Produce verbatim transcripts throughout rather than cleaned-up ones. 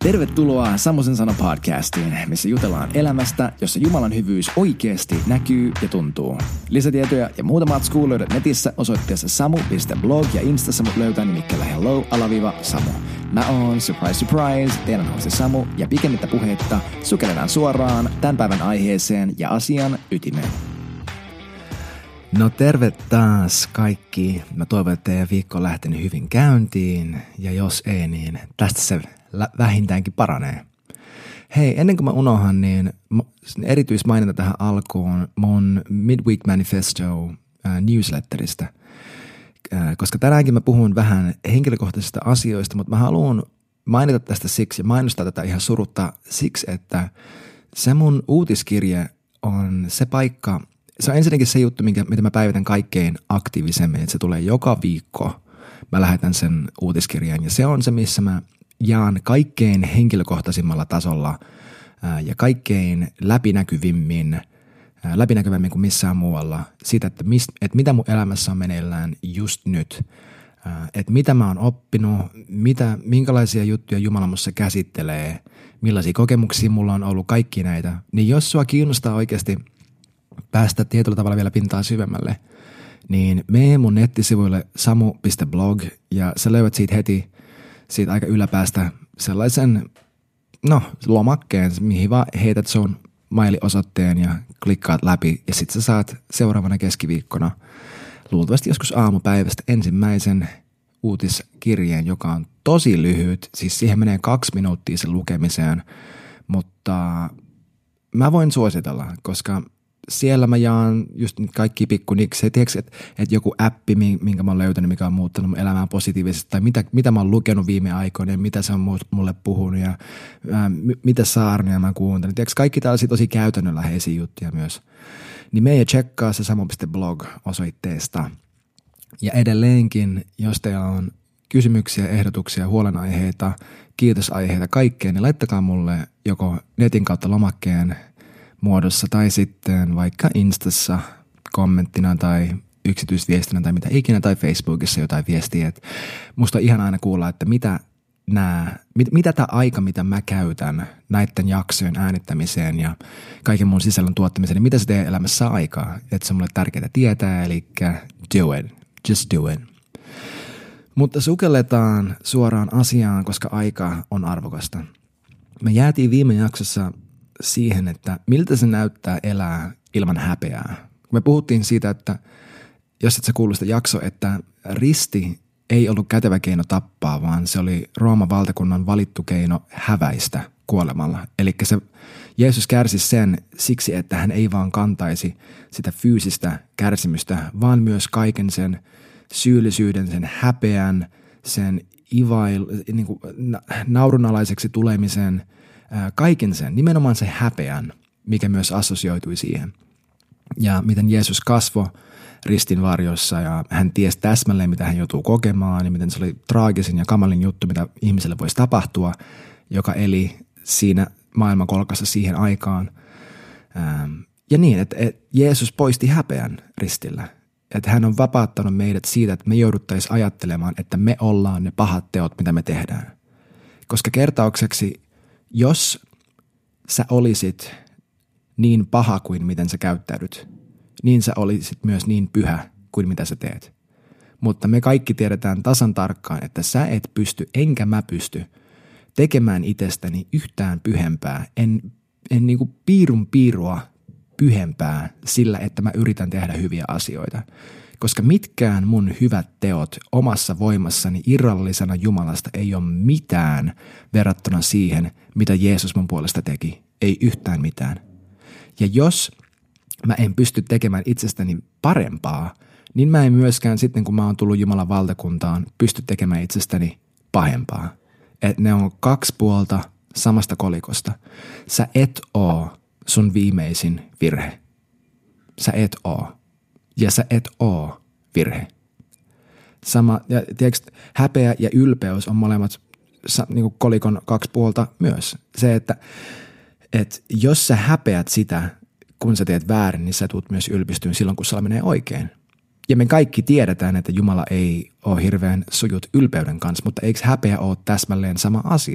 Tervetuloa Samosen sana podcastiin, missä jutellaan elämästä, jossa Jumalan hyvyys oikeasti näkyy ja tuntuu. Lisätietoja ja muuta matskua löydät netissä osoitteessa samu piste blog ja Instassa mut löytää nimikkeellä hello alaviiva Samu. Mä oon, surprise surprise, teidän hosti Samu ja pikemmittä puheitta sukelletaan suoraan tämän päivän aiheeseen ja asian ytimeen. No terve taas kaikki. Mä toivon, että teidän viikko on lähtenyt hyvin käyntiin ja jos ei, niin tästä se vähintäänkin paranee. Hei, ennen kuin mä unohan, niin erityismaininta tähän alkuun mun Midweek Manifesto äh, newsletteristä, äh, koska tänäänkin mä puhun vähän henkilökohtaisista asioista, mutta mä haluan mainita tästä siksi ja mainostaa tätä ihan surutta siksi, että se mun uutiskirje on se paikka, se on ensinnäkin se juttu, minkä, mitä mä päivitän kaikkein aktiivisemmin, että se tulee joka viikko. Mä lähetän sen uutiskirjan ja se on se, missä mä jaan kaikkein henkilökohtaisimmalla tasolla ää, ja kaikkein läpinäkyvimmin, ää, läpinäkyvämmin kuin missään muualla siitä, että, mist, että mitä mun elämässä on meneillään just nyt. Ää, että mitä mä oon oppinut, mitä, minkälaisia juttuja Jumala musta käsittelee, millaisia kokemuksia mulla on ollut, kaikki näitä. Niin jos sua kiinnostaa oikeasti päästä tietyllä tavalla vielä pintaa syvemmälle, niin mene mun nettisivuille samu piste blog ja sä löydät siitä heti siitä aika yläpäästä sellaisen, no, lomakkeen, mihin vaan heität sun mailiosoitteen ja klikkaat läpi ja sit sä saat seuraavana keskiviikkona luultavasti joskus aamupäivästä ensimmäisen uutiskirjeen, joka on tosi lyhyt, siis siihen menee kaksi minuuttia sen lukemiseen, mutta mä voin suositella, koska siellä mä jaan just kaikki pikkunikset, tiedätkö, että, että joku appi, minkä mä oon löytänyt, mikä on muuttanut mun elämää positiivisesti, tai mitä, mitä mä oon lukenut viime aikoina, ja mitä se on mulle puhunut, ja ää, mitä saarnia mä kuuntelin. Tiedätkö, kaikki tällaisia tosi käytännönläheisiä juttuja myös. Niin meidän tsekkaa se samu piste blog osoitteesta. Ja edelleenkin, jos teillä on kysymyksiä, ehdotuksia, huolenaiheita, kiitosaiheita, kaikkea, niin laittakaa mulle joko netin kautta lomakkeen muodossa tai sitten vaikka Instassa kommenttina tai yksityisviestinä tai mitä ikinä tai Facebookissa jotain viestiä. Et musta on ihan aina kuulla, että mitä nää, mit, mitä tämä aika, mitä mä käytän näiden jaksojen äänittämiseen ja kaiken mun sisällön tuottamiseen, niin mitä se teidän elämässä saa aikaa. Että se on mulle tärkeää tietää, eli do it, just do it. Mutta sukelletaan suoraan asiaan, koska aika on arvokasta. Me jäätiin viime jaksossa siihen, että miltä se näyttää elää ilman häpeää. Me puhuttiin siitä, että jos et sä kuullut sitä jaksoa, että risti ei ollut kätevä keino tappaa, vaan se oli Rooman valtakunnan valittu keino häväistä kuolemalla. Eli se Jeesus kärsi sen siksi, että hän ei vaan kantaisi sitä fyysistä kärsimystä, vaan myös kaiken sen syyllisyyden, sen häpeän, sen ivail, niin kuin naurunalaiseksi tulemisen, kaiken sen, nimenomaan se häpeän, mikä myös assosioitui siihen. Ja miten Jeesus kasvoi ristin varjossa ja hän tiesi täsmälleen, mitä hän joutuu kokemaan ja miten se oli traagisin ja kamalin juttu, mitä ihmiselle voisi tapahtua, joka eli siinä maailmankolkassa siihen aikaan. Ja niin, että Jeesus poisti häpeän ristillä. Että hän on vapauttanut meidät siitä, että me jouduttaisiin ajattelemaan, että me ollaan ne pahat teot, mitä me tehdään. Koska kertaukseksi, jos sä olisit niin paha kuin miten sä käyttäydyt, niin sä olisit myös niin pyhä kuin mitä sä teet. Mutta me kaikki tiedetään tasan tarkkaan, että sä et pysty, enkä mä pysty tekemään itsestäni yhtään pyhempää. En, en niinku piirun piirua pyhempää sillä, että mä yritän tehdä hyviä asioita. Koska mitkään mun hyvät teot omassa voimassani irrallisena Jumalasta ei ole mitään verrattuna siihen, mitä Jeesus mun puolesta teki. Ei yhtään mitään. Ja jos mä en pysty tekemään itsestäni parempaa, niin mä en myöskään sitten, kun mä oon tullut Jumalan valtakuntaan, pysty tekemään itsestäni pahempaa. Että ne on kaksi puolta samasta kolikosta. Sä et oo sun viimeisin virhe. Sä et oo. Ja sä et oo virhe. Sama, ja tiedätkö, häpeä ja ylpeys on molemmat niin kuin kolikon kaksi puolta myös. Se, että, että jos sä häpeät sitä, kun sä teet väärin, niin sä tulet myös ylpistyyn silloin, kun sulla menee oikein. Ja me kaikki tiedetään, että Jumala ei ole hirveän sujut ylpeyden kanssa, mutta eikö häpeä ole täsmälleen sama asia?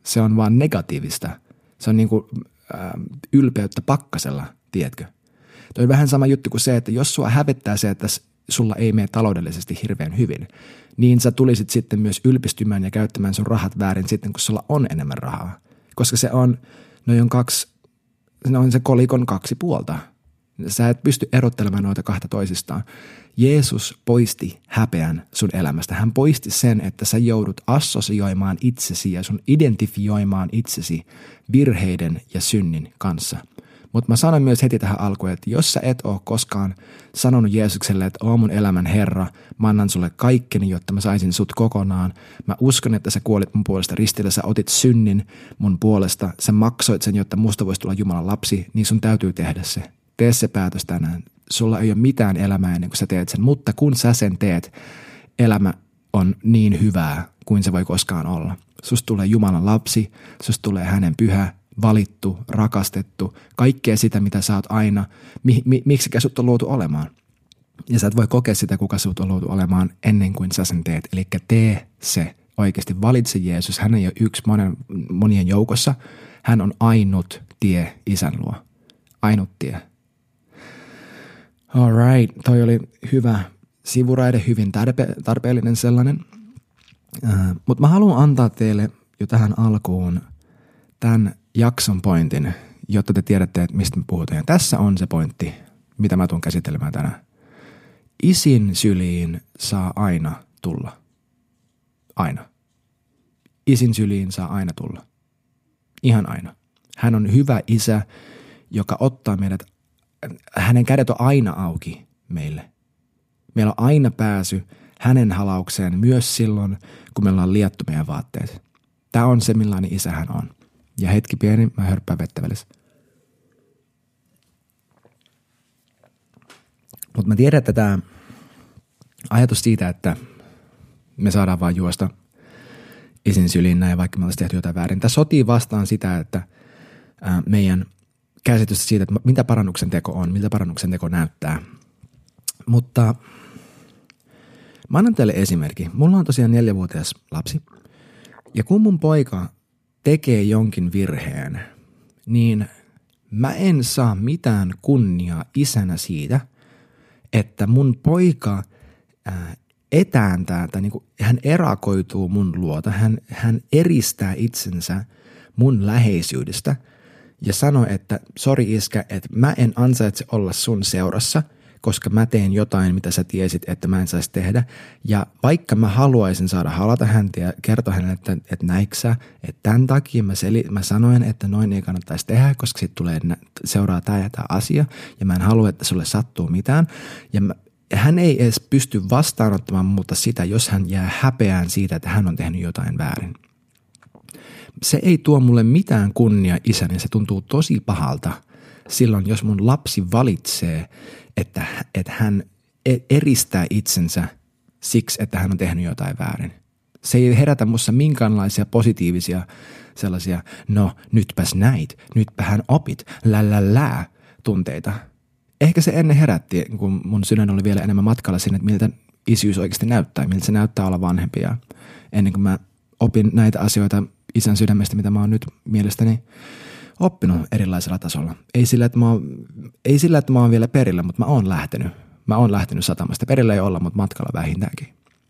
Se on vaan negatiivista. Se on niin kuin äh, ylpeyttä pakkasella, tiedätkö? Toi on vähän sama juttu kuin se, että jos sua hävettää se, että sulla ei mene taloudellisesti hirveän hyvin, niin sä tulisit sitten myös ylpistymään ja käyttämään sun rahat väärin sitten, kun sulla on enemmän rahaa. Koska se on, no on kaksi, ne on se kolikon kaksi puolta. Sä et pysty erottelemaan noita kahta toisistaan. Jeesus poisti häpeän sun elämästä. Hän poisti sen, että sä joudut assosioimaan itsesi ja sun identifioimaan itsesi virheiden ja synnin kanssa. Mutta mä sanon myös heti tähän alkuun, että jos sä et ole koskaan sanonut Jeesukselle, että oo mun elämän Herra, mä annan sulle kaikkeni, jotta mä saisin sut kokonaan. Mä uskon, että sä kuolit mun puolesta ristillä, sä otit synnin mun puolesta, sä maksoit sen, jotta musta voisi tulla Jumalan lapsi, niin sun täytyy tehdä se. Tee se päätös tänään. Sulla ei ole mitään elämää ennen kuin sä teet sen, mutta kun sä sen teet, elämä on niin hyvää kuin se voi koskaan olla. Susta tulee Jumalan lapsi, susta tulee hänen pyhä, valittu, rakastettu, kaikkea sitä, mitä sä oot aina, mi, mi, miksikä sut on luotu olemaan. Ja sä et voi kokea sitä, kuka sut on luotu olemaan ennen kuin sä sen teet. Eli tee se oikeasti, valitse Jeesus. Hän ei ole yksi monen, monien joukossa. Hän on ainut tie Isän luo. Ainut tie. All right, toi oli hyvä sivuraide, hyvin tarpe- tarpeellinen sellainen. Uh, Mutta mä haluan antaa teille jo tähän alkuun tämän jakson pointin, jotta te tiedätte, että mistä me puhutaan. Ja tässä on se pointti, mitä mä tuun käsittelemään tänään. Isin syliin saa aina tulla. Aina. Isin syliin saa aina tulla. Ihan aina. Hän on hyvä isä, joka ottaa meidät, hänen kädet on aina auki meille. Meillä on aina pääsy hänen halaukseen myös silloin, kun meillä on liattu meidän vaatteet. Tämä on se, millainen isä hän on. Ja hetki pieni, mä hörppään vettä välissä. Mutta mä tiedän, että tämä ajatus siitä, että me saadaan vaan juosta isin syliin näin, vaikka me oltaisiin tehty jotain väärin. Tämä sotii vastaan sitä, että ää, meidän käsitystä siitä, että mitä parannuksen teko on, miltä parannuksen teko näyttää. Mutta mä annan teille esimerkki. Mulla on tosiaan neljävuotias lapsi. Ja kun mun poika tekee jonkin virheen, niin mä en saa mitään kunniaa isänä siitä, että mun poika ää, etääntää tai niinku, hän erakoituu mun luota, hän, hän eristää itsensä mun läheisyydestä ja sanoo, että sori iskä, että mä en ansaitse olla sun seurassa, koska mä teen jotain, mitä sä tiesit, että mä en saisi tehdä. Ja vaikka mä haluaisin saada halata häntä ja kertoa hänelle, että, että näiksä, että tämän takia mä, seli, mä sanoin, että noin ei kannattaisi tehdä, koska sitten tulee, seuraa tämä ja tämä asia, ja mä en halua, että sulle sattuu mitään. Ja mä, hän ei edes pysty vastaanottamaan muuta sitä, jos hän jää häpeään siitä, että hän on tehnyt jotain väärin. Se ei tuo mulle mitään kunnia isäni, se tuntuu tosi pahalta silloin, jos mun lapsi valitsee, että, että hän eristää itsensä siksi, että hän on tehnyt jotain väärin. Se ei herätä musta minkäänlaisia positiivisia sellaisia, no nytpäs näit, nytpä hän opit, lällällää tunteita. Ehkä se ennen herätti, kun mun sydän oli vielä enemmän matkalla sinne, että miltä isyys oikeasti näyttää, miltä se näyttää olla vanhempi. Ja ennen kuin mä opin näitä asioita isän sydämestä, mitä mä oon nyt mielestäni oppinut erilaisella tasolla. Ei sillä, että mä oon, ei sillä, että mä oon vielä perillä, mutta mä oon lähtenyt. Mä oon lähtenyt satamasta. Perillä ei olla, mutta matkalla vähintäänkin.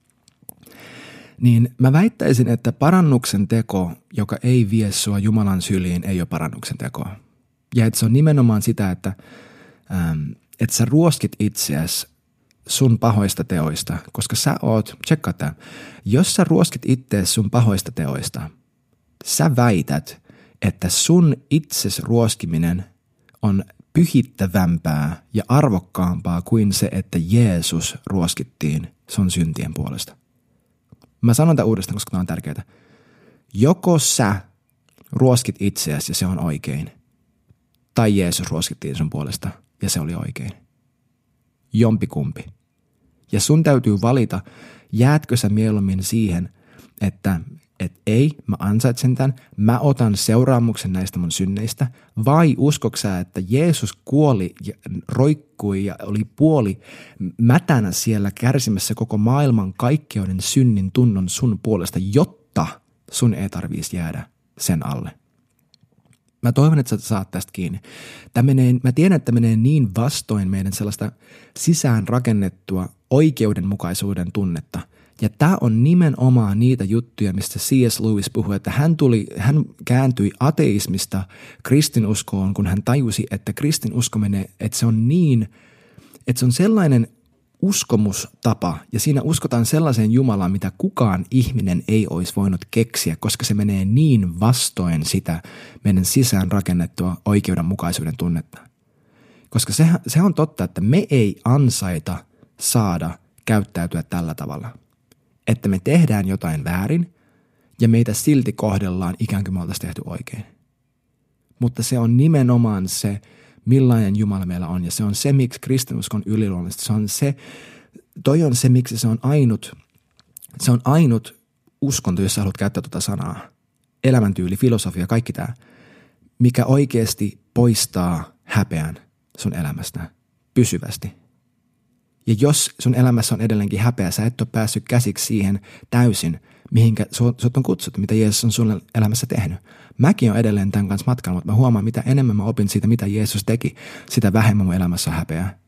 Niin mä väittäisin, että parannuksen teko, joka ei vie sua Jumalan syliin, ei ole parannuksen tekoa. Ja että se on nimenomaan sitä, että, ähm, että sä ruoskit itseäsi sun pahoista teoista, koska sä oot, tsekkaa tää, jos sä ruoskit itseäsi sun pahoista teoista, sä väität, että sun itses ruoskiminen on pyhittävämpää ja arvokkaampaa kuin se, että Jeesus ruoskittiin sun syntien puolesta. Mä sanon tämän uudestaan, koska tämä on tärkeää. Joko sä ruoskit itseäsi ja se on oikein, tai Jeesus ruoskittiin sun puolesta ja se oli oikein. Jompikumpi. Ja sun täytyy valita, jäätkö sä mieluummin siihen, että et ei, mä ansaitsen tämän, mä otan seuraamuksen näistä mun synneistä, vai uskoksa sä, että Jeesus kuoli ja roikkui ja oli puoli mätänä siellä kärsimässä koko maailman kaikkeuden synnin tunnon sun puolesta, jotta sun ei tarvitsisi jäädä sen alle. Mä toivon, että sä saat tästä kiinni. Tämä menee, mä tiedän, että tämä menee niin vastoin meidän sellaista sisään rakennettua oikeudenmukaisuuden tunnetta. Ja tämä on nimenomaan niitä juttuja, mistä C S Lewis puhui, että hän, tuli, hän kääntyi ateismista kristinuskoon, kun hän tajusi, että kristinusko menee, että se on niin, että se on sellainen uskomustapa ja siinä uskotaan sellaiseen Jumalaan, mitä kukaan ihminen ei olisi voinut keksiä, koska se menee niin vastoin sitä meidän sisään rakennettua oikeudenmukaisuuden tunnetta. Koska se, se on totta, että me ei ansaita saada käyttäytyä tällä tavalla. Että me tehdään jotain väärin ja meitä silti kohdellaan ikään kuin me oltaisiin tehty oikein. Mutta se on nimenomaan se, millainen Jumala meillä on ja se on se, miksi kristinusko on yliluonnollista. Se on se, toi on se, miksi se on ainut, se on ainut uskonto, jos sä haluat käyttää tuota sanaa. Elämäntyyli, filosofia, kaikki tämä, mikä oikeasti poistaa häpeän sun elämästä pysyvästi. Ja jos sun elämässä on edelleenkin häpeä, sä et ole päässyt käsiksi siihen täysin, mihinkä sut on kutsuttu, mitä Jeesus on sun elämässä tehnyt. Mäkin olen edelleen tämän kanssa matkalla, mutta mä huomaan, mitä enemmän mä opin siitä, mitä Jeesus teki, sitä vähemmän mun elämässä on häpeää.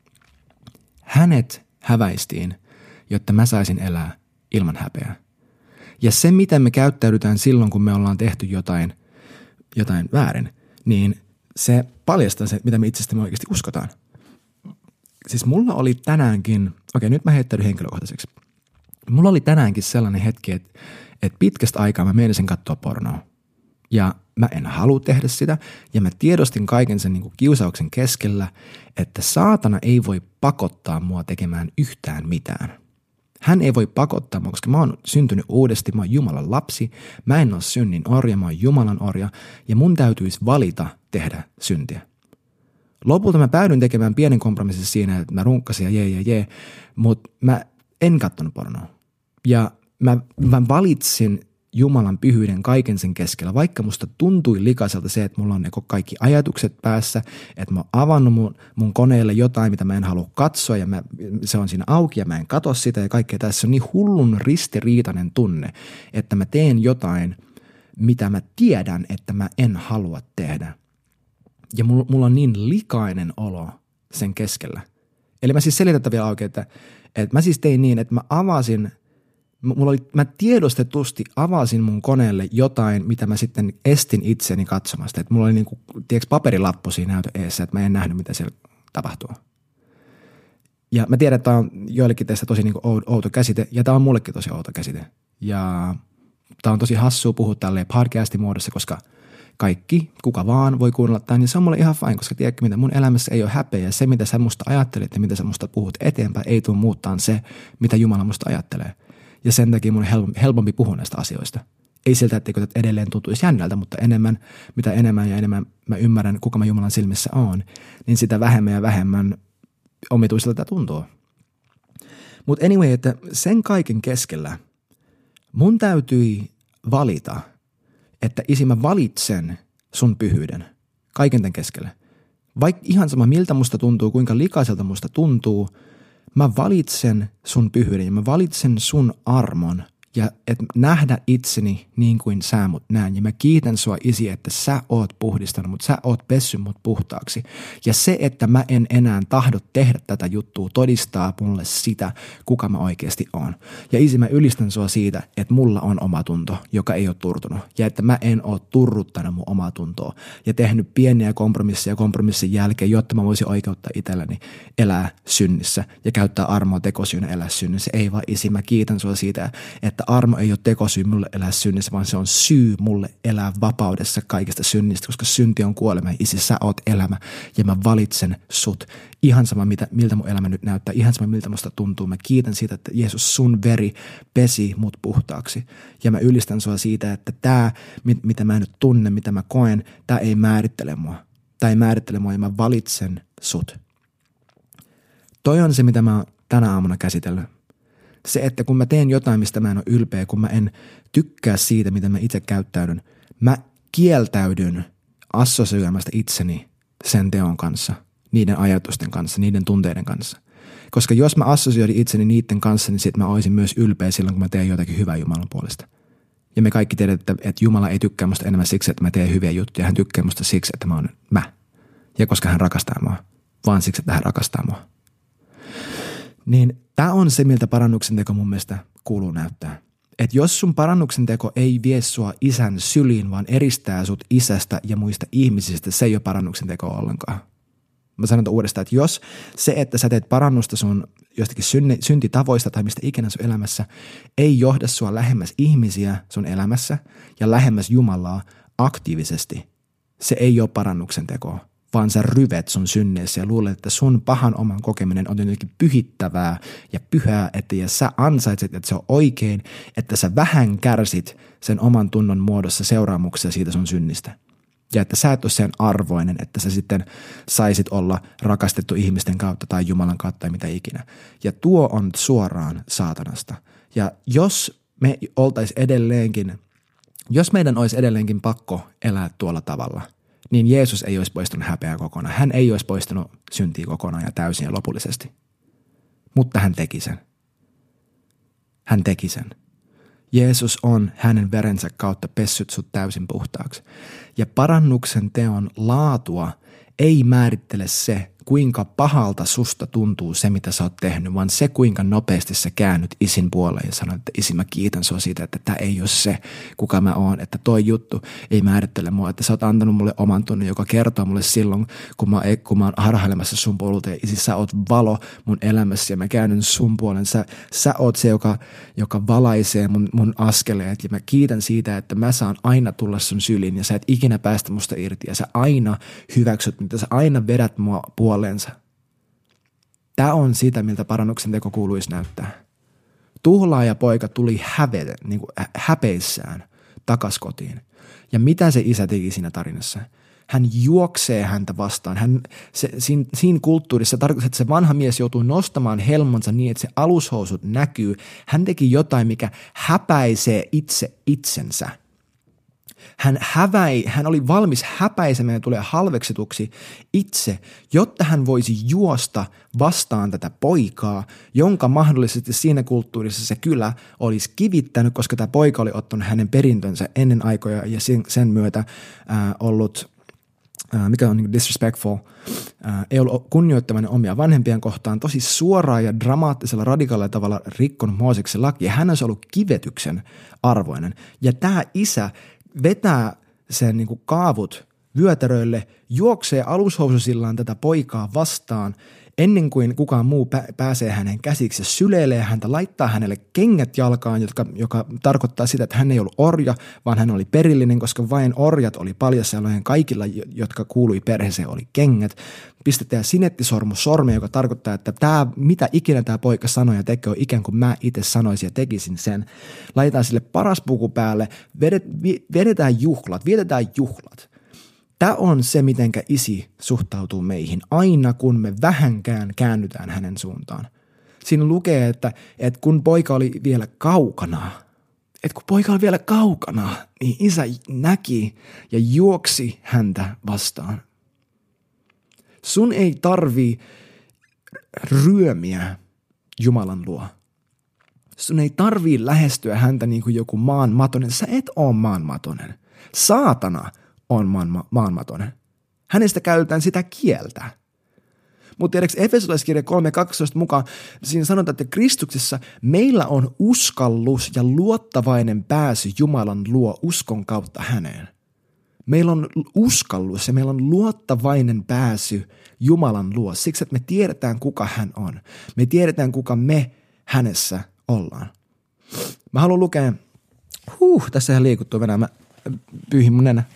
Hänet häväistiin, jotta mä saisin elää ilman häpeää. Ja se, miten me käyttäydytään silloin, kun me ollaan tehty jotain, jotain väärin, niin se paljastaa se, mitä me itsestämme oikeasti uskotaan. Siis mulla oli tänäänkin, okei nyt mä heittäydyn henkilökohtaiseksi. Mulla oli tänäänkin sellainen hetki, että, että pitkästä aikaa mä meinasin katsoa pornoa. Ja mä en halua tehdä sitä. Ja mä tiedostin kaiken sen niin kuin kiusauksen keskellä, että saatana ei voi pakottaa mua tekemään yhtään mitään. Hän ei voi pakottaa mua, koska mä oon syntynyt uudesti, mä oon Jumalan lapsi. Mä en ole synnin orja, mä oon Jumalan orja. Ja mun täytyisi valita tehdä syntiä. Lopulta mä päädyin tekemään pienen kompromissin siinä, että mä runkkasin ja jee, jee, jee, mutta mä en katsonut pornoa. Ja mä, mä valitsin Jumalan pyhyyden kaiken sen keskellä, vaikka musta tuntui likaiselta se, että mulla on ne kaikki ajatukset päässä, että mä oon avannut mun, mun koneelle jotain, mitä mä en halua katsoa ja mä, se on siinä auki ja mä en katso sitä ja kaikkea. Tässä on niin hullun ristiriitainen tunne, että mä teen jotain, mitä mä tiedän, että mä en halua tehdä. Ja mulla, mulla on niin likainen olo sen keskellä. Eli mä siis selitän vielä auki, että, että mä siis tein niin, että mä avasin, mulla oli, mä tiedostetusti avasin mun koneelle jotain, mitä mä sitten estin itseni katsomasta. Että mulla oli niin kuin, tiedätkö, paperilappu siinä näytön eessä, että mä en nähnyt, mitä siellä tapahtuu. Ja mä tiedän, että tämä on joillekin teistä tosi niin kuin outo käsite, ja tämä on mullekin tosi outo käsite. Ja tämä on tosi hassua puhua tälleen podcastin muodossa, koska kaikki, kuka vaan voi kuunnella tämän, niin se on mulle ihan fine, koska tiedätkö mitä, mun elämässä ei ole häpeä ja se, mitä sä musta ajattelet ja mitä sä musta puhut eteenpäin, ei tule muuttaa se, mitä Jumala musta ajattelee. Ja sen takia mun on helpompi puhua näistä asioista. Ei siltä, etteikö tätä edelleen tuntuisi jännältä, mutta enemmän, mitä enemmän ja enemmän mä ymmärrän, kuka mä Jumalan silmissä on, niin sitä vähemmän ja vähemmän omituiselta tämä tuntuu. Mutta anyway, että sen kaiken keskellä mun täytyi valita, että isi mä valitsen sun pyhyyden kaiken tämän keskellä. Vaikka ihan sama miltä musta tuntuu, kuinka likaiselta musta tuntuu, mä valitsen sun pyhyyden ja mä valitsen sun armon ja että nähdä itseni niin kuin sä mut näen. Ja mä kiitän sua isi, että sä oot puhdistanut mut, sä oot pessyt mut puhtaaksi. Ja se, että mä en enää tahdo tehdä tätä juttua, todistaa mulle sitä, kuka mä oikeasti oon. Ja isi, mä ylistän sua siitä, että mulla on omatunto, joka ei ole turtunut. Ja että mä en oo turruttanut mun omatuntoa ja tehnyt pieniä kompromisseja kompromissin jälkeen, jotta mä voisin oikeuttaa itselleni elää synnissä ja käyttää armoa tekosyynä elää synnissä. Ei vaan isi, mä kiitän sua siitä, että armo ei ole tekosyy mulle elää synnissä, vaan se on syy mulle elää vapaudessa kaikesta synnistä, koska synti on kuolema. Isi, sä oot elämä ja mä valitsen sut. Ihan sama, mitä, miltä mun elämä nyt näyttää, ihan sama, miltä musta tuntuu. Mä kiitän siitä, että Jeesus, sun veri pesi mut puhtaaksi. Ja mä ylistän sua siitä, että tää, mitä mä nyt tunnen, mitä mä koen, tää ei määrittele mua. Tää ei määrittele mua ja mä valitsen sut. Toi on se, mitä mä oon tänä aamuna käsitellyt. Se, että kun mä teen jotain, mistä mä en ole ylpeä, kun mä en tykkää siitä, miten mä itse käyttäydyn, mä kieltäydyn assosioimasta itseni sen teon kanssa, niiden ajatusten kanssa, niiden tunteiden kanssa. Koska jos mä assosioidin itseni niiden kanssa, niin sit mä olisin myös ylpeä silloin, kun mä teen jotakin hyvää Jumalan puolesta. Ja me kaikki tiedetään, että, että Jumala ei tykkää musta enemmän siksi, että mä teen hyviä juttuja. Hän tykkää musta siksi, että mä oon mä. Ja koska hän rakastaa mua, vaan siksi, että hän rakastaa mua. Niin tää on se, miltä parannuksen teko mun mielestä kuuluu näyttää. Että jos sun parannuksen teko ei vie sua isän syliin, vaan eristää sut isästä ja muista ihmisistä, se ei ole parannuksen teko ollenkaan. Mä sanon uudestaan, että jos se, että sä teet parannusta sun jostakin syntitavoista tai mistä ikinä sun elämässä, ei johda sua lähemmäs ihmisiä sun elämässä ja lähemmäs Jumalaa aktiivisesti, se ei ole parannuksen tekoa, vaan sä ryvet sun synneissä ja luulet, että sun pahan oman kokeminen on jotenkin pyhittävää ja pyhää, että ja sä ansaitset, että se on oikein, että sä vähän kärsit sen oman tunnon muodossa seuraamuksia siitä sun synnistä. Ja että sä et ole sen arvoinen, että sä sitten saisit olla rakastettu ihmisten kautta tai Jumalan kautta tai mitä ikinä. Ja tuo on suoraan saatanasta. Ja jos me oltais edelleenkin, jos meidän olisi edelleenkin pakko elää tuolla tavalla, niin Jeesus ei olisi poistunut häpeää kokonaan. Hän ei olisi poistunut syntiä kokonaan ja täysin ja lopullisesti. Mutta hän teki sen. Hän teki sen. Jeesus on hänen verensä kautta pessyt sut täysin puhtaaksi. Ja parannuksen teon laatua ei määrittele se, kuinka pahalta susta tuntuu se, mitä sä oot tehnyt, vaan se, kuinka nopeasti sä käännyt isin puoleen ja sanoit, että isi, mä kiitän sua siitä, että tämä ei ole se, kuka mä oon, että toi juttu ei määrittele mua, että sä oot antanut mulle oman tunnin, joka kertoo mulle silloin, kun mä, kun mä oon harhailemassa sun puolelta ja isi, sä oot valo mun elämässä ja mä käännyn sun puolen, sä, sä oot se, joka, joka valaisee mun, mun askeleet ja mä kiitän siitä, että mä saan aina tulla sun syliin ja sä et ikinä päästä musta irti ja sä aina hyväksyt, mitä sä aina vedät mua puoleensa. Tämä on sitä, miltä parannuksen teko kuuluisi näyttää. Tuhlaaja poika tuli hävetä, niin kuin häpeissään takas kotiin. Ja mitä se isä teki siinä tarinassa? Hän juoksee häntä vastaan. Hän, se, siinä, siinä kulttuurissa tarkoittaa, että se vanha mies joutuu nostamaan helmonsa niin, että se alushousut näkyy. Hän teki jotain, mikä häpäisee itse itsensä. Hän, häväi, hän oli valmis häpäisemään ja tulee halveksituksi itse, jotta hän voisi juosta vastaan tätä poikaa, jonka mahdollisesti siinä kulttuurissa se kylä olisi kivittänyt, koska tämä poika oli ottanut hänen perintönsä ennen aikoja ja sen, sen myötä ää, ollut, ää, mikä on niin disrespectful, ää, ei ollut kunnioittavainen omia vanhempien kohtaan, tosi suoraan ja dramaattisella radikaalilla tavalla rikkonut Mooseksen laki ja hän olisi ollut kivetyksen arvoinen. Ja tämä isä vetää sen niin kuin kaavut vyötäröille, juoksee alushoususillaan tätä poikaa vastaan ennen kuin kukaan muu pä- pääsee hänen käsiksi ja syleilee häntä, laittaa hänelle kengät jalkaan, jotka, joka tarkoittaa sitä, että hän ei ollut orja, vaan hän oli perillinen, koska vain orjat oli paljassa ja kaikilla, jotka kuului perheeseen, oli kengät. Pistetään sinettisormu sormeen, joka tarkoittaa, että tämä, mitä ikinä tämä poika sanoi ja tekee, on ikään kuin mä itse sanoisin ja tekisin sen. Laitetaan sille paras puku päälle, vedet, vedetään juhlat, vietetään juhlat. Tämä on se, mitenkä isi suhtautuu meihin, aina kun me vähänkään käännytään hänen suuntaan. Siinä lukee, että, että kun poika oli vielä kaukana, että kun poika oli vielä kaukana, niin isä näki ja juoksi häntä vastaan. Sun ei tarvii ryömiä Jumalan luo. Sun ei tarvii lähestyä häntä niin kuin joku maanmatonen. Sä et ole maanmatonen. Saatana on maan, maanmatonen. Hänestä käytetään sitä kieltä. Mutta tiedätkö, Efesolaiskirja kolme kaksitoista mukaan siinä sanotaan, että Kristuksessa meillä on uskallus ja luottavainen pääsy Jumalan luo uskon kautta häneen. Meillä on uskallus ja meillä on luottavainen pääsy Jumalan luo siksi, että me tiedetään, kuka hän on. Me tiedetään, kuka me hänessä ollaan. Mä haluan lukea, huh, tässä ihan liikuttuu venää, mä pyyhin mun nenä.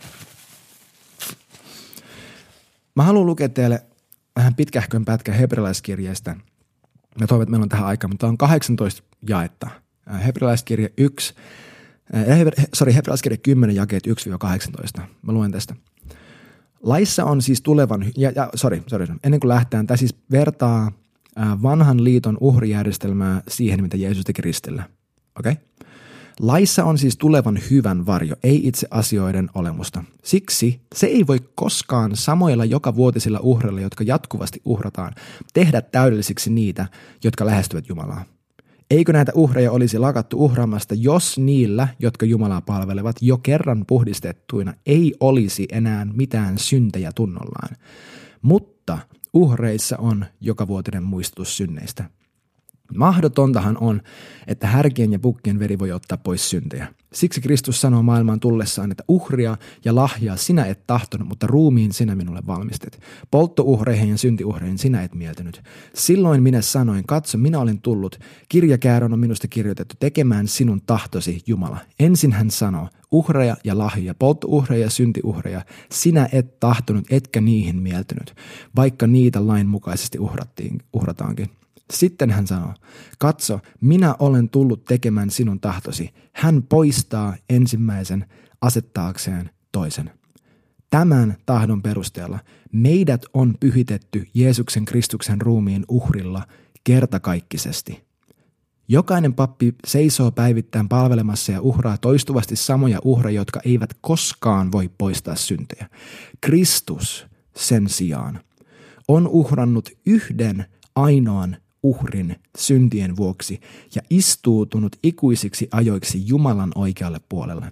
Mä haluan lukea teille vähän pitkähkön pätkä hebrealaiskirjeestä. Mä toivon, että meillä on tähän aikaa, mutta on kahdeksantoista jaetta. Hebrealaiskirja yksi, äh, sorry, hebrealaiskirja kymmenen jakeet yksi kahdeksantoista. Mä luen tästä. Laissa on siis tulevan, ja, ja sorry, sorry, ennen kuin lähtään, tämä siis vertaa äh, vanhan liiton uhrijärjestelmää siihen, mitä Jeesus teki ristillä. Okei? Okay? Laissa on siis tulevan hyvän varjo, ei itse asioiden olemusta. Siksi se ei voi koskaan samoilla jokavuotisilla uhreilla, jotka jatkuvasti uhrataan, tehdä täydellisiksi niitä, jotka lähestyvät Jumalaa. Eikö näitä uhreja olisi lakattu uhraamasta, jos niillä, jotka Jumalaa palvelevat, jo kerran puhdistettuina ei olisi enää mitään syntejä tunnollaan. Mutta uhreissa on jokavuotinen muistutus synneistä. Mahdotontahan on, että härkien ja pukkien veri voi ottaa pois syntejä. Siksi Kristus sanoo maailmaan tullessaan, että uhria ja lahjaa sinä et tahtonut, mutta ruumiin sinä minulle valmistet. Polttouhreihin ja syntiuhreihin sinä et mieltynyt. Silloin minä sanoin, katso, minä olen tullut. Kirjakäärön on minusta kirjoitettu tekemään sinun tahtosi, Jumala. Ensin hän sanoo, uhreja ja lahjoja, polttouhreja ja syntiuhreja, sinä et tahtonut, etkä niihin mieltynyt, vaikka niitä lain mukaisesti uhrattiin, uhrataankin. Sitten hän sanoo, katso, minä olen tullut tekemään sinun tahtosi. Hän poistaa ensimmäisen asettaakseen toisen. Tämän tahdon perusteella meidät on pyhitetty Jeesuksen Kristuksen ruumiin uhrilla kertakaikkisesti. Jokainen pappi seisoo päivittäin palvelemassa ja uhraa toistuvasti samoja uhreja, jotka eivät koskaan voi poistaa syntejä. Kristus sen sijaan on uhrannut yhden ainoan uhrin syntien vuoksi ja istuutunut ikuisiksi ajoiksi Jumalan oikealle puolelle.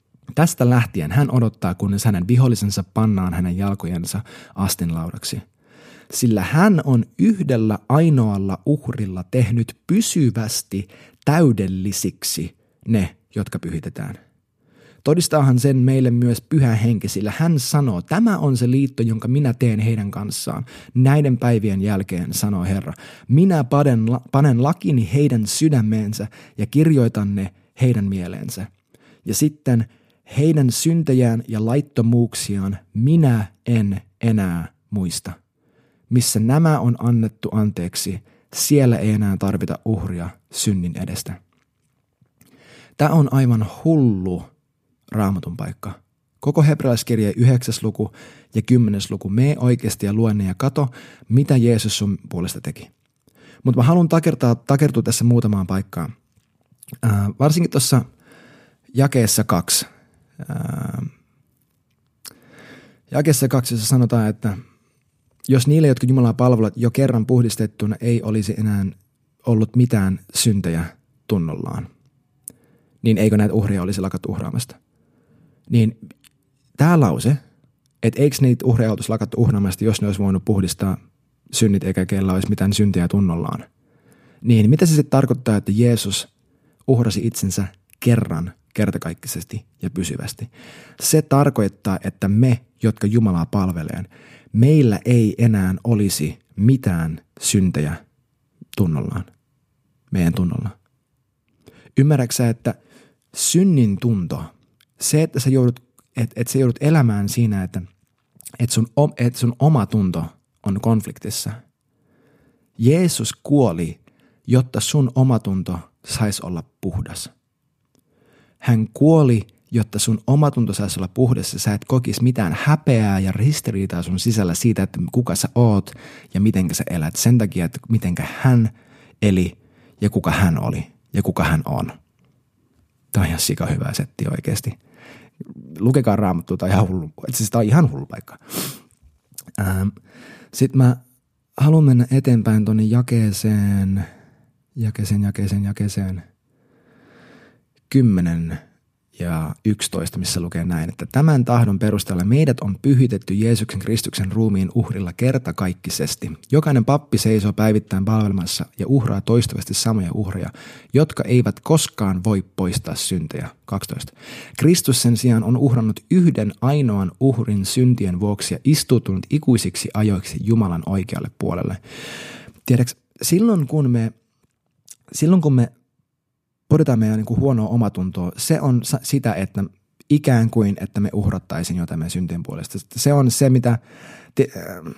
Tästä lähtien hän odottaa, kunnes hänen vihollisensa pannaan hänen jalkojensa astinlaudaksi. Sillä hän on yhdellä ainoalla uhrilla tehnyt pysyvästi täydellisiksi ne, jotka pyhitetään. Todistaahan sen meille myös Pyhä Henki, sillä hän sanoo, tämä on se liitto, jonka minä teen heidän kanssaan. Näiden päivien jälkeen, sanoo Herra, minä panen, panen lakini heidän sydämeensä ja kirjoitan ne heidän mieleensä. Ja sitten heidän syntejään ja laittomuuksiaan minä en enää muista. Missä nämä on annettu anteeksi, siellä ei enää tarvita uhria synnin edestä. Tämä on aivan hullu Raamatun paikka. Koko hebrealaiskirjeen yhdeksäs luku ja kymmenes luku. Mee oikeasti ja lue ne ja kato, mitä Jeesus sun puolesta teki. Mutta mä haluan takertaa, takertua tässä muutamaan paikkaan. Ää, varsinkin tuossa jakeessa kaksi. Ää, jakeessa kaksi, jossa sanotaan, että jos niille, jotka Jumalaa palvelevat jo kerran puhdistettuna, ei olisi enää ollut mitään syntejä tunnollaan, niin eikö näitä uhria olisi lakattu uhraamasta? Niin tämä lause, että eikö niitä uhreja oltaisi lakattu uhraamasta, jos ne olisi voinut puhdistaa synnit eikä keillä olisi mitään syntiä tunnollaan. Niin mitä se sitten tarkoittaa, että Jeesus uhrasi itsensä kerran, kertakaikkisesti ja pysyvästi? Se tarkoittaa, että me, jotka Jumalaa palvelee, meillä ei enää olisi mitään syntejä tunnollaan, meidän tunnolla. Ymmärrätkö että synnin tunto, se, että sä joudut, et, et sä joudut elämään siinä, että et sun, et sun oma tunto on konfliktissa. Jeesus kuoli, jotta sun omatunto saisi olla puhdas. Hän kuoli, jotta sun omatunto saisi olla puhdas ja sä et kokisi mitään häpeää ja ristiriitaa sun sisällä siitä, että kuka sä oot ja mitenkä sä elät. Sen takia, että mitenkä hän eli ja kuka hän oli ja kuka hän on. Tämä on ihan sika hyvä setti oikeasti. Lukekaa Raamattua, tämä on ihan hullu, siis tämä on ihan hullu paikka. Ähm, Sitten mä haluan mennä eteenpäin tuonne jakeeseen, jakeeseen, jakeeseen, jakeeseen kymmenen ja yksitoista, missä lukee näin, että tämän tahdon perusteella meidät on pyhitetty Jeesuksen Kristuksen ruumiin uhrilla kertakaikkisesti. Jokainen pappi seisoo päivittäin palvelemassa ja uhraa toistuvasti samoja uhreja, jotka eivät koskaan voi poistaa syntejä. kaksitoista. Kristus sen sijaan on uhrannut yhden ainoan uhrin syntien vuoksi ja istuutunut ikuisiksi ajoiksi Jumalan oikealle puolelle. Tiedätkö, silloin kun me, silloin kun me pohditaan meidän niin kuin huonoa omatuntoa, se on sitä, että ikään kuin, että me uhrattaisiin jotain meidän syntien puolesta. Se on se, mitä te, äh,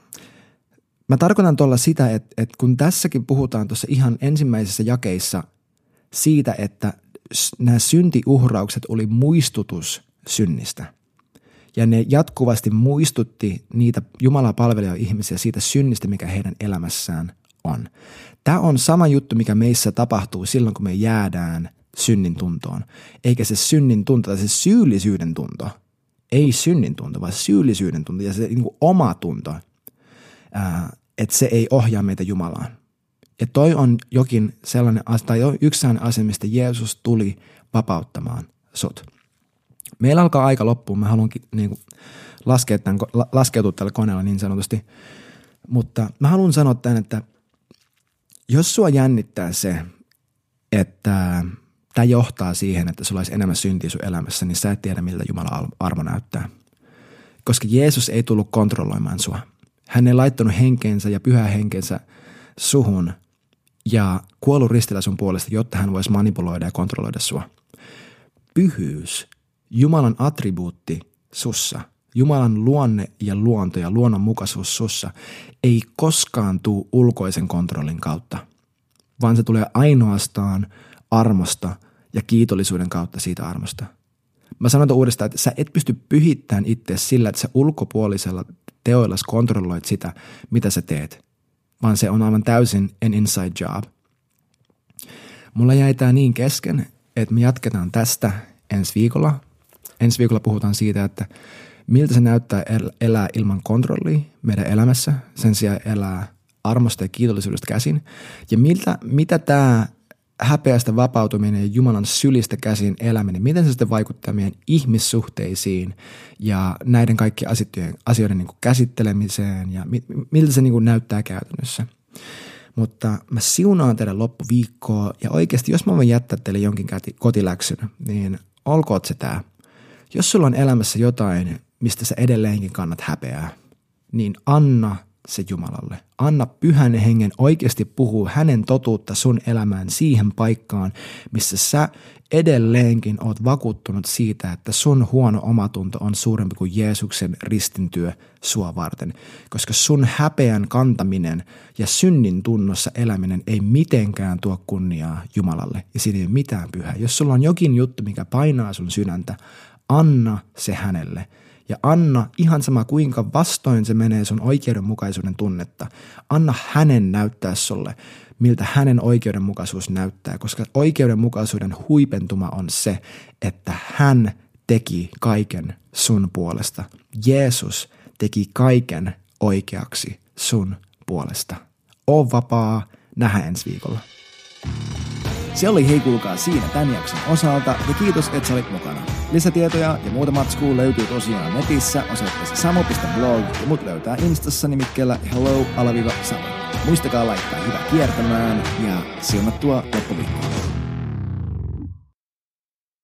mä tarkoitan tuolla sitä, että, että kun tässäkin puhutaan tuossa ihan ensimmäisissä jakeissa siitä, että nämä syntiuhraukset oli muistutus synnistä. Ja ne jatkuvasti muistutti niitä Jumalaa palvelevia ihmisiä siitä synnistä, mikä heidän elämässään on. Tämä on sama juttu, mikä meissä tapahtuu silloin, kun me jäädään synnin tuntoon. Eikä se synnin tunto, tai se syyllisyyden tunto, ei synnin tunto, vaan syyllisyyden tunto ja se niin kuin oma tunto, ää, että se ei ohjaa meitä Jumalaan. Ja toi on jokin sellainen asia, tai yksi sellainen asia, mistä Jeesus tuli vapauttamaan sut. Meillä alkaa aika loppuun. Mä haluan niin kuin, laskea tämän, laskeutua tällä koneella niin sanotusti. Mutta mä haluan sanoa tämän, että jos sua jännittää se, että tämä johtaa siihen, että sulla olisi enemmän syntiä sun elämässä, niin sä et tiedä, miltä Jumalan armo näyttää. Koska Jeesus ei tullut kontrolloimaan sua. Hän ei laittanut henkeensä ja pyhää henkensä suhun ja kuollut ristillä sun puolesta, jotta hän voisi manipuloida ja kontrolloida sua. Pyhyys, Jumalan attribuutti sussa, Jumalan luonne ja luonto ja luonnonmukaisuus sussa ei koskaan tule ulkoisen kontrollin kautta, vaan se tulee ainoastaan armosta ja kiitollisuuden kautta siitä armosta. Mä sanon uudestaan, että sä et pysty pyhittämään itseäsi sillä, että sä ulkopuolisella teoilla kontrolloit sitä, mitä sä teet, vaan se on aivan täysin an inside job. Mulla jäi tää niin kesken, että me jatketaan tästä ensi viikolla. Ensi viikolla puhutaan siitä, että miltä se näyttää elää ilman kontrollia meidän elämässä, sen sijaan elää armosta ja kiitollisuudesta käsin. Ja miltä, mitä tämä häpeästä vapautuminen ja Jumalan sylistä käsin eläminen, miten se sitten vaikuttaa meidän ihmissuhteisiin ja näiden kaikkien asioiden, asioiden niin kuin käsittelemiseen ja mi, miltä se niin kuin näyttää käytännössä. Mutta mä siunaan teidän loppuviikkoa ja oikeasti, jos mä voin jättää teille jonkin kotiläksyn, niin olkoot se tää. Jos sulla on elämässä jotain, mistä sä edelleenkin kannat häpeää, niin anna se Jumalalle. Anna Pyhän Hengen oikeasti puhua hänen totuutta sun elämään siihen paikkaan, missä sä edelleenkin oot vakuuttunut siitä, että sun huono omatunto on suurempi kuin Jeesuksen ristintyö sua varten. Koska sun häpeän kantaminen ja synnin tunnossa eläminen ei mitenkään tuo kunniaa Jumalalle ja siinä ei ole mitään pyhää. Jos sulla on jokin juttu, mikä painaa sun sydäntä, anna se hänelle. Ja anna ihan sama kuinka vastoin se menee sun oikeudenmukaisuuden tunnetta. Anna hänen näyttää sulle, miltä hänen oikeudenmukaisuus näyttää, koska oikeudenmukaisuuden huipentuma on se, että hän teki kaiken sun puolesta. Jeesus teki kaiken oikeaksi sun puolesta. Oo vapaa, nähdään ensi viikolla. Se oli hei kuulkaa siinä tämän jakson osalta ja kiitos, että sä olit mukana. Lisätietoja ja muuta matskua löytyy tosiaan netissä osoitteessa samu piste blog ja mut löytää Instassa nimikkeellä hello alaviiva samu. Muistakaa laittaa hyvä kiertämään ja siunattua loppuviikkoa.